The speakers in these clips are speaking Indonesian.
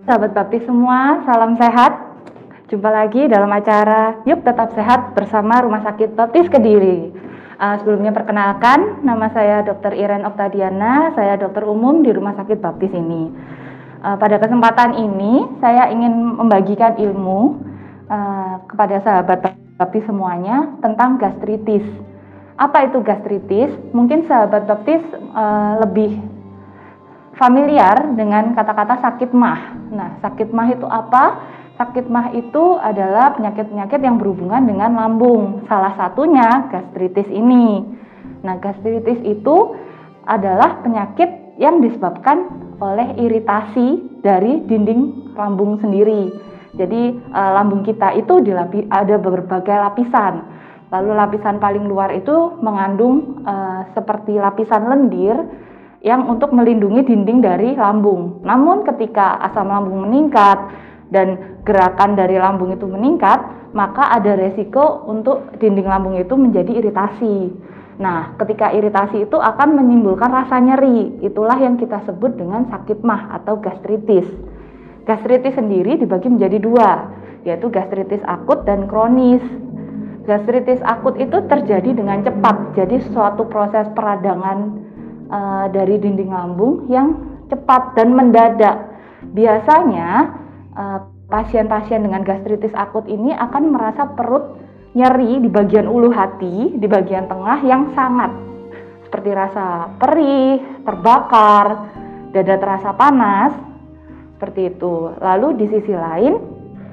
Sahabat baptis semua, salam sehat. Jumpa lagi dalam acara Yuk Tetap Sehat bersama Rumah Sakit Baptis Kediri. Sebelumnya perkenalkan, nama saya Dr. Iren Oktadiana, saya dokter umum di Rumah Sakit Baptis ini. Pada kesempatan ini, saya ingin membagikan ilmu kepada sahabat baptis semuanya tentang gastritis. Apa itu gastritis? Mungkin sahabat baptis lebih familiar dengan kata-kata sakit mah. Nah, sakit mah itu apa? Sakit mah itu adalah penyakit-penyakit yang berhubungan dengan lambung. Salah satunya gastritis ini. Nah, gastritis itu adalah penyakit yang disebabkan oleh iritasi dari dinding lambung sendiri. Jadi, lambung kita itu ada berbagai lapisan. Lalu lapisan paling luar itu mengandung seperti lapisan lendir yang untuk melindungi dinding dari lambung. Namun ketika asam lambung meningkat dan gerakan dari lambung itu meningkat, maka ada resiko untuk dinding lambung itu menjadi iritasi. Nah, ketika iritasi itu akan menimbulkan rasa nyeri. Itulah yang kita sebut dengan sakit mah atau gastritis. Gastritis sendiri dibagi menjadi dua, yaitu gastritis akut dan kronis. Gastritis akut itu terjadi dengan cepat, jadi suatu proses peradangan dari dinding lambung yang cepat dan mendadak. Biasanya pasien-pasien dengan gastritis akut ini akan merasa perut nyeri di bagian ulu hati, di bagian tengah yang sangat, seperti rasa perih, terbakar, dada terasa panas, seperti itu. Lalu di sisi lain,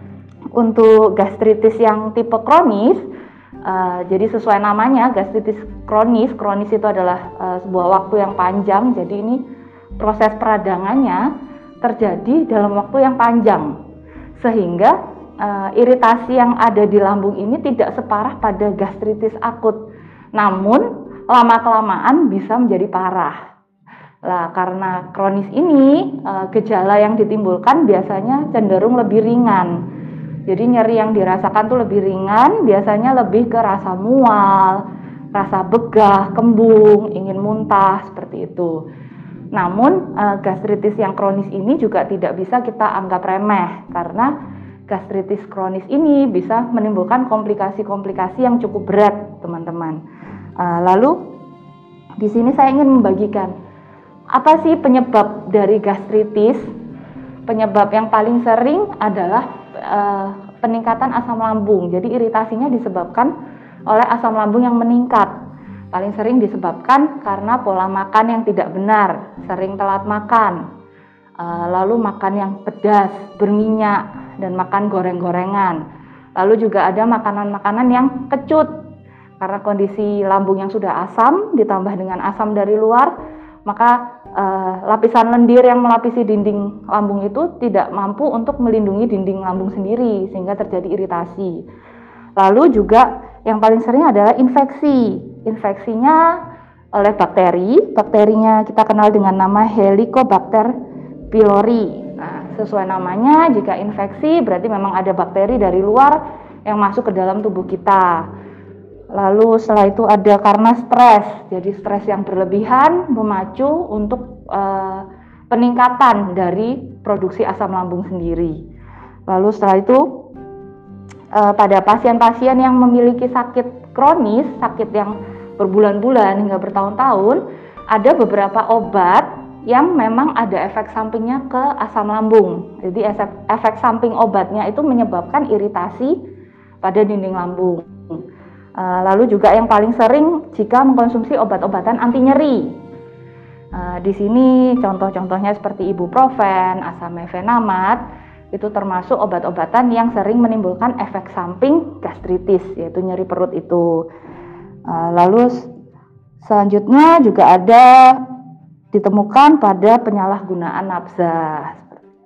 untuk gastritis yang tipe kronis, jadi sesuai namanya gastritis kronis itu adalah sebuah waktu yang panjang. Jadi ini proses peradangannya terjadi dalam waktu yang panjang, sehingga iritasi yang ada di lambung ini tidak separah pada gastritis akut. Namun lama-kelamaan bisa menjadi parah. Nah, karena kronis ini gejala yang ditimbulkan biasanya cenderung lebih ringan. Jadi nyeri yang dirasakan tuh lebih ringan, biasanya lebih ke rasa mual, rasa begah, kembung, ingin muntah, seperti itu. Namun gastritis yang kronis ini juga tidak bisa kita anggap remeh, karena gastritis kronis ini bisa menimbulkan komplikasi-komplikasi yang cukup berat, teman-teman. Lalu di sini saya ingin membagikan apa sih penyebab dari gastritis. Penyebab yang paling sering adalah peningkatan asam lambung. Jadi iritasinya disebabkan oleh asam lambung yang meningkat. Paling sering disebabkan karena pola makan yang tidak benar, sering telat makan, lalu makan yang pedas, berminyak, dan makan goreng-gorengan. Lalu juga ada makanan-makanan yang kecut, karena kondisi lambung yang sudah asam ditambah dengan asam dari luar, maka lapisan lendir yang melapisi dinding lambung itu tidak mampu untuk melindungi dinding lambung sendiri, sehingga terjadi iritasi. Lalu juga yang paling sering adalah infeksi. Infeksinya oleh bakteri. Bakterinya kita kenal dengan nama Helicobacter pylori. Nah, sesuai namanya, jika infeksi berarti memang ada bakteri dari luar yang masuk ke dalam tubuh kita. Lalu setelah itu ada karena stres, jadi stres yang berlebihan memacu untuk peningkatan dari produksi asam lambung sendiri. Lalu setelah itu pada pasien-pasien yang memiliki sakit kronis, sakit yang berbulan-bulan hingga bertahun-tahun, ada beberapa obat yang memang ada efek sampingnya ke asam lambung. Jadi efek samping obatnya itu menyebabkan iritasi pada dinding lambung. Lalu juga yang paling sering jika mengkonsumsi obat-obatan anti nyeri. Di sini contoh-contohnya seperti ibuprofen, asam mefenamat, itu termasuk obat-obatan yang sering menimbulkan efek samping gastritis, yaitu nyeri perut itu. Lalu selanjutnya juga ada ditemukan pada penyalahgunaan nafsa.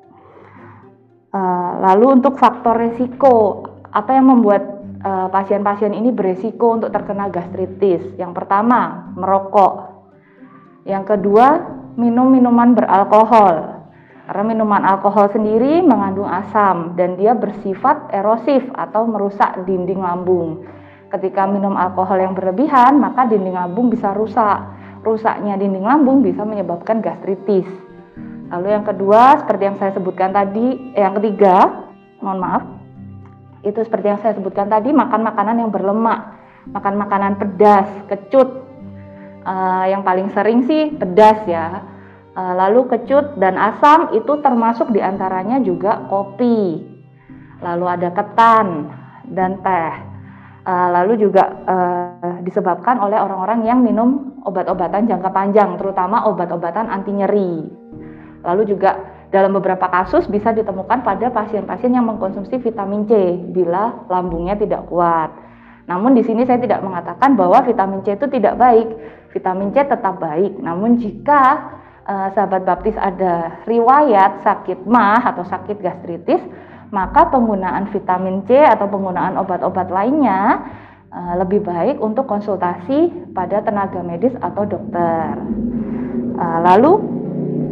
Lalu untuk faktor risiko, apa yang membuat pasien-pasien ini beresiko untuk terkena gastritis? Yang pertama, merokok. Yang kedua, minum minuman beralkohol. Karena minuman alkohol sendiri mengandung asam dan dia bersifat erosif atau merusak dinding lambung. Ketika minum alkohol yang berlebihan, maka dinding lambung bisa rusak. Rusaknya dinding lambung bisa menyebabkan gastritis. Lalu yang kedua, seperti yang saya sebutkan tadi, yang ketiga, mohon maaf, itu seperti yang saya sebutkan tadi, makan makanan yang berlemak, makan makanan pedas, kecut, yang paling sering sih pedas ya. Lalu kecut dan asam itu termasuk diantaranya juga kopi, lalu ada ketan dan teh. Lalu juga disebabkan oleh orang-orang yang minum obat-obatan jangka panjang, terutama obat-obatan anti nyeri. Lalu juga dalam beberapa kasus bisa ditemukan pada pasien-pasien yang mengkonsumsi vitamin C bila lambungnya tidak kuat. Namun di sini saya tidak mengatakan bahwa vitamin C itu tidak baik. Vitamin C tetap baik. Namun jika sahabat baptis ada riwayat sakit MAH atau sakit gastritis, maka penggunaan vitamin C atau penggunaan obat-obat lainnya lebih baik untuk konsultasi pada tenaga medis atau dokter. Lalu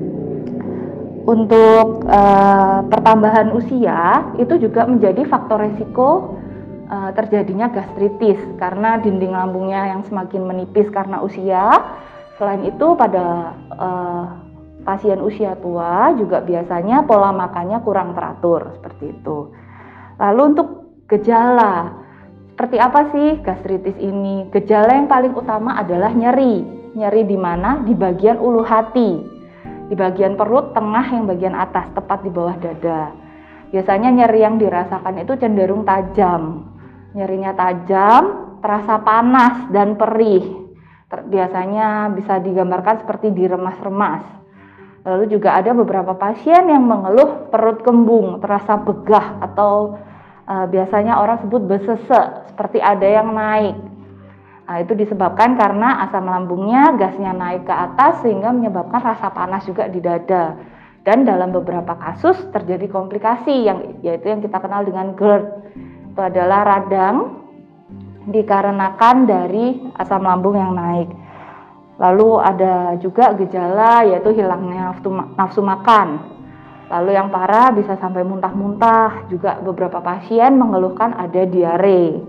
untuk pertambahan usia itu juga menjadi faktor resiko terjadinya gastritis karena dinding lambungnya yang semakin menipis karena usia. Selain itu pada pasien usia tua juga biasanya pola makannya kurang teratur seperti itu. Lalu untuk gejala, seperti apa sih gastritis ini? Gejala yang paling utama adalah nyeri. Nyeri di mana? Di bagian ulu hati. Di bagian perut tengah yang bagian atas, tepat di bawah dada. Biasanya nyeri yang dirasakan itu cenderung tajam. Nyerinya tajam, terasa panas dan perih. Biasanya bisa digambarkan seperti diremas-remas. Lalu juga ada beberapa pasien yang mengeluh perut kembung, terasa begah atau biasanya orang sebut besese, seperti ada yang naik. Itu disebabkan karena asam lambungnya, gasnya naik ke atas sehingga menyebabkan rasa panas juga di dada. Dan dalam beberapa kasus terjadi komplikasi yaitu yang kita kenal dengan GERD. Itu adalah radang dikarenakan dari asam lambung yang naik. Lalu ada juga gejala yaitu hilangnya nafsu makan. Lalu yang parah bisa sampai muntah-muntah. Juga beberapa pasien mengeluhkan ada diare.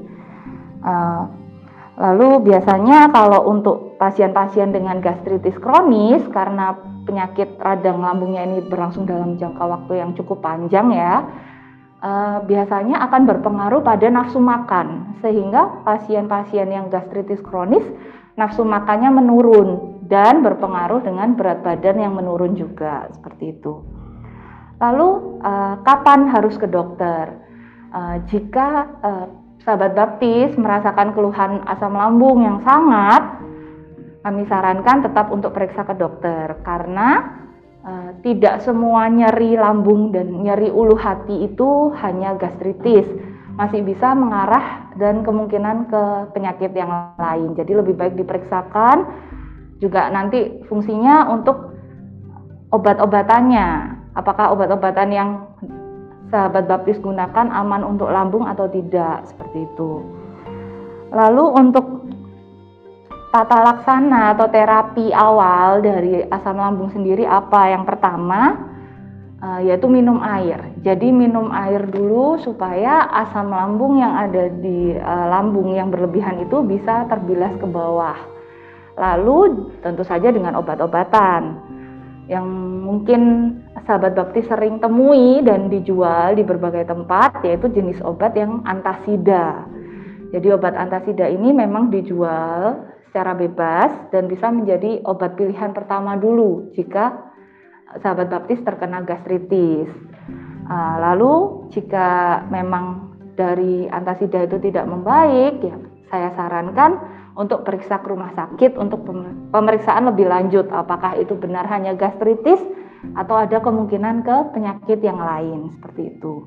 Lalu biasanya kalau untuk pasien-pasien dengan gastritis kronis, karena penyakit radang lambungnya ini berlangsung dalam jangka waktu yang cukup panjang ya, biasanya akan berpengaruh pada nafsu makan, sehingga pasien-pasien yang gastritis kronis nafsu makannya menurun dan berpengaruh dengan berat badan yang menurun juga, seperti itu. Lalu kapan harus ke dokter? Jika sahabat baptis merasakan keluhan asam lambung yang sangat, kami sarankan tetap untuk periksa ke dokter karena tidak semua nyeri lambung dan nyeri ulu hati itu hanya gastritis, masih bisa mengarah dan kemungkinan ke penyakit yang lain. Jadi lebih baik diperiksakan juga nanti fungsinya untuk obat-obatannya, apakah obat-obatan yang sahabat baptis gunakan aman untuk lambung atau tidak, seperti itu. Lalu untuk tata laksana atau terapi awal dari asam lambung sendiri apa? Yang pertama yaitu minum air. Jadi minum air dulu supaya asam lambung yang ada di lambung yang berlebihan itu bisa terbilas ke bawah. Lalu tentu saja dengan obat-obatan yang mungkin sahabat baptis sering temui dan dijual di berbagai tempat, yaitu jenis obat yang antasida. Jadi obat antasida ini memang dijual secara bebas dan bisa menjadi obat pilihan pertama dulu jika sahabat baptis terkena gastritis. Lalu jika memang dari antasida itu tidak membaik, ya saya sarankan untuk periksa ke rumah sakit untuk pemeriksaan lebih lanjut, apakah itu benar hanya gastritis atau ada kemungkinan ke penyakit yang lain, seperti itu.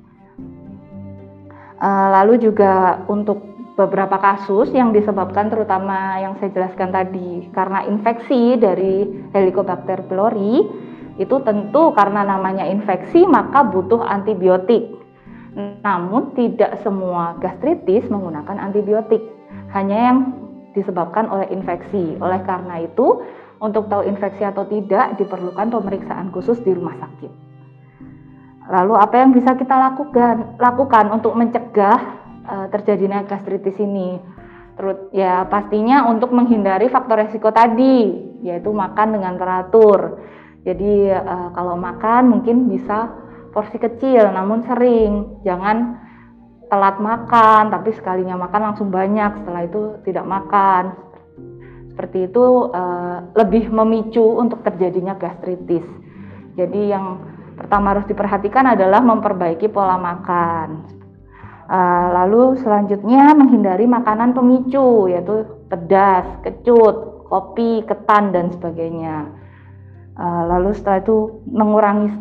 Lalu juga untuk beberapa kasus yang disebabkan terutama yang saya jelaskan tadi karena infeksi dari Helicobacter pylori, itu tentu karena namanya infeksi maka butuh antibiotik. Namun tidak semua gastritis menggunakan antibiotik, hanya yang disebabkan oleh infeksi. Oleh karena itu, untuk tahu infeksi atau tidak diperlukan pemeriksaan khusus di rumah sakit. Lalu apa yang bisa kita lakukan untuk mencegah terjadinya gastritis ini? Pastinya untuk menghindari faktor resiko tadi, yaitu makan dengan teratur. Jadi kalau makan mungkin bisa porsi kecil namun sering, jangan telat makan tapi sekalinya makan langsung banyak, setelah itu tidak makan. Seperti itu lebih memicu untuk terjadinya gastritis. Jadi yang pertama harus diperhatikan adalah memperbaiki pola makan. Lalu selanjutnya menghindari makanan pemicu, yaitu pedas, kecut, kopi, ketan, dan sebagainya. Lalu setelah itu mengurangi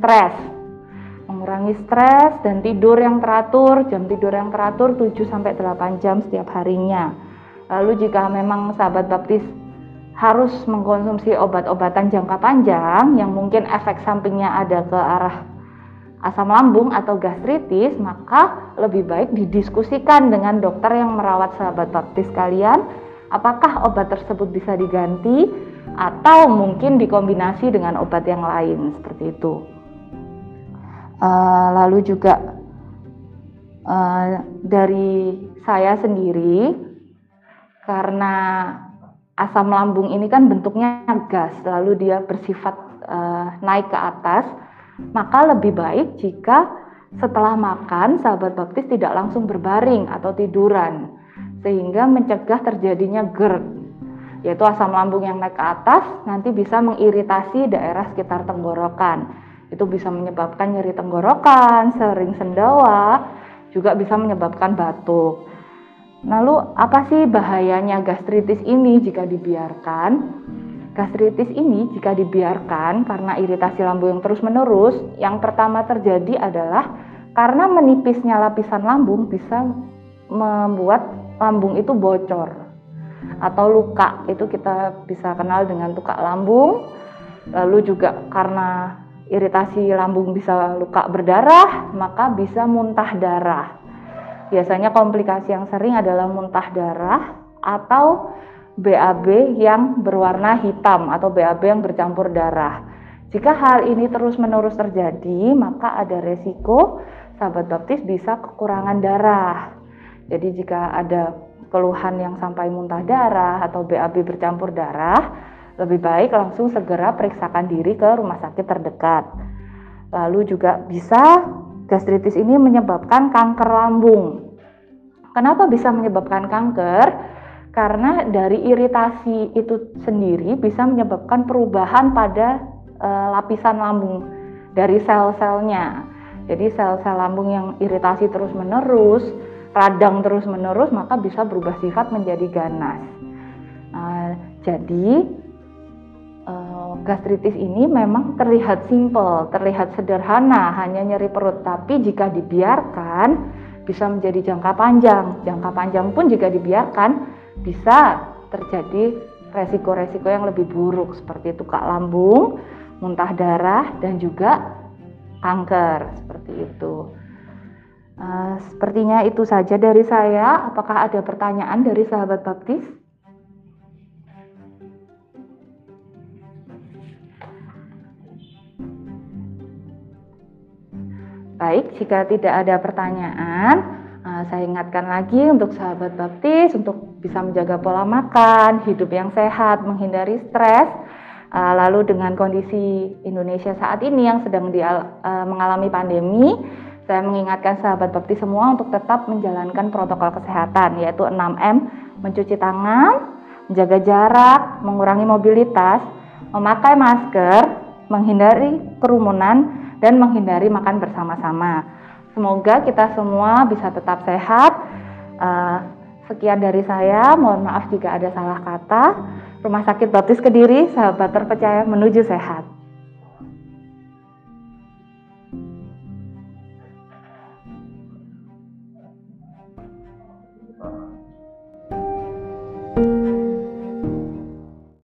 stres dan tidur yang teratur, jam tidur yang teratur 7-8 jam setiap harinya. Lalu jika memang sahabat baptis harus mengkonsumsi obat-obatan jangka panjang yang mungkin efek sampingnya ada ke arah asam lambung atau gastritis, maka lebih baik didiskusikan dengan dokter yang merawat sahabat baptis kalian, apakah obat tersebut bisa diganti atau mungkin dikombinasi dengan obat yang lain, seperti itu. Lalu juga dari saya sendiri, karena asam lambung ini kan bentuknya gas, lalu dia bersifat naik ke atas, maka lebih baik jika setelah makan sahabat baptis tidak langsung berbaring atau tiduran, sehingga mencegah terjadinya GERD, yaitu asam lambung yang naik ke atas nanti bisa mengiritasi daerah sekitar tenggorokan. Itu bisa menyebabkan nyeri tenggorokan, sering sendawa, juga bisa menyebabkan batuk. Lalu apa sih bahayanya gastritis ini jika dibiarkan? Gastritis ini jika dibiarkan karena iritasi lambung yang terus-menerus, yang pertama terjadi adalah karena menipisnya lapisan lambung bisa membuat lambung itu bocor atau luka. Itu kita bisa kenal dengan luka lambung. Lalu juga karena iritasi lambung bisa luka berdarah, maka bisa muntah darah. Biasanya komplikasi yang sering adalah muntah darah atau BAB yang berwarna hitam atau BAB yang bercampur darah. Jika hal ini terus-menerus terjadi, maka ada resiko sahabat baptis bisa kekurangan darah. Jadi jika ada keluhan yang sampai muntah darah atau BAB bercampur darah, lebih baik langsung segera periksakan diri ke rumah sakit terdekat. Lalu juga bisa gastritis ini menyebabkan kanker lambung. Kenapa bisa menyebabkan kanker? Karena dari iritasi itu sendiri bisa menyebabkan perubahan pada lapisan lambung dari sel-selnya. Jadi sel-sel lambung yang iritasi terus-menerus, radang terus-menerus, maka bisa berubah sifat menjadi ganas. Jadi gastritis ini memang terlihat simpel, terlihat sederhana, hanya nyeri perut. Tapi jika dibiarkan bisa menjadi jangka panjang. Jangka panjang pun jika dibiarkan bisa terjadi resiko-resiko yang lebih buruk seperti tukak lambung, muntah darah, dan juga kanker, seperti itu. Sepertinya itu saja dari saya. Apakah ada pertanyaan dari sahabat baptis? Baik, jika tidak ada pertanyaan, saya ingatkan lagi untuk sahabat baptis untuk bisa menjaga pola makan, hidup yang sehat, menghindari stres. Lalu dengan kondisi Indonesia saat ini yang sedang mengalami pandemi, saya mengingatkan sahabat baptis semua untuk tetap menjalankan protokol kesehatan, yaitu 6M, mencuci tangan, menjaga jarak, mengurangi mobilitas, memakai masker, menghindari kerumunan, dan menghindari makan bersama-sama. Semoga kita semua bisa tetap sehat. Sekian dari saya, mohon maaf jika ada salah kata. Rumah Sakit Baptis Kediri, sahabat terpercaya menuju sehat.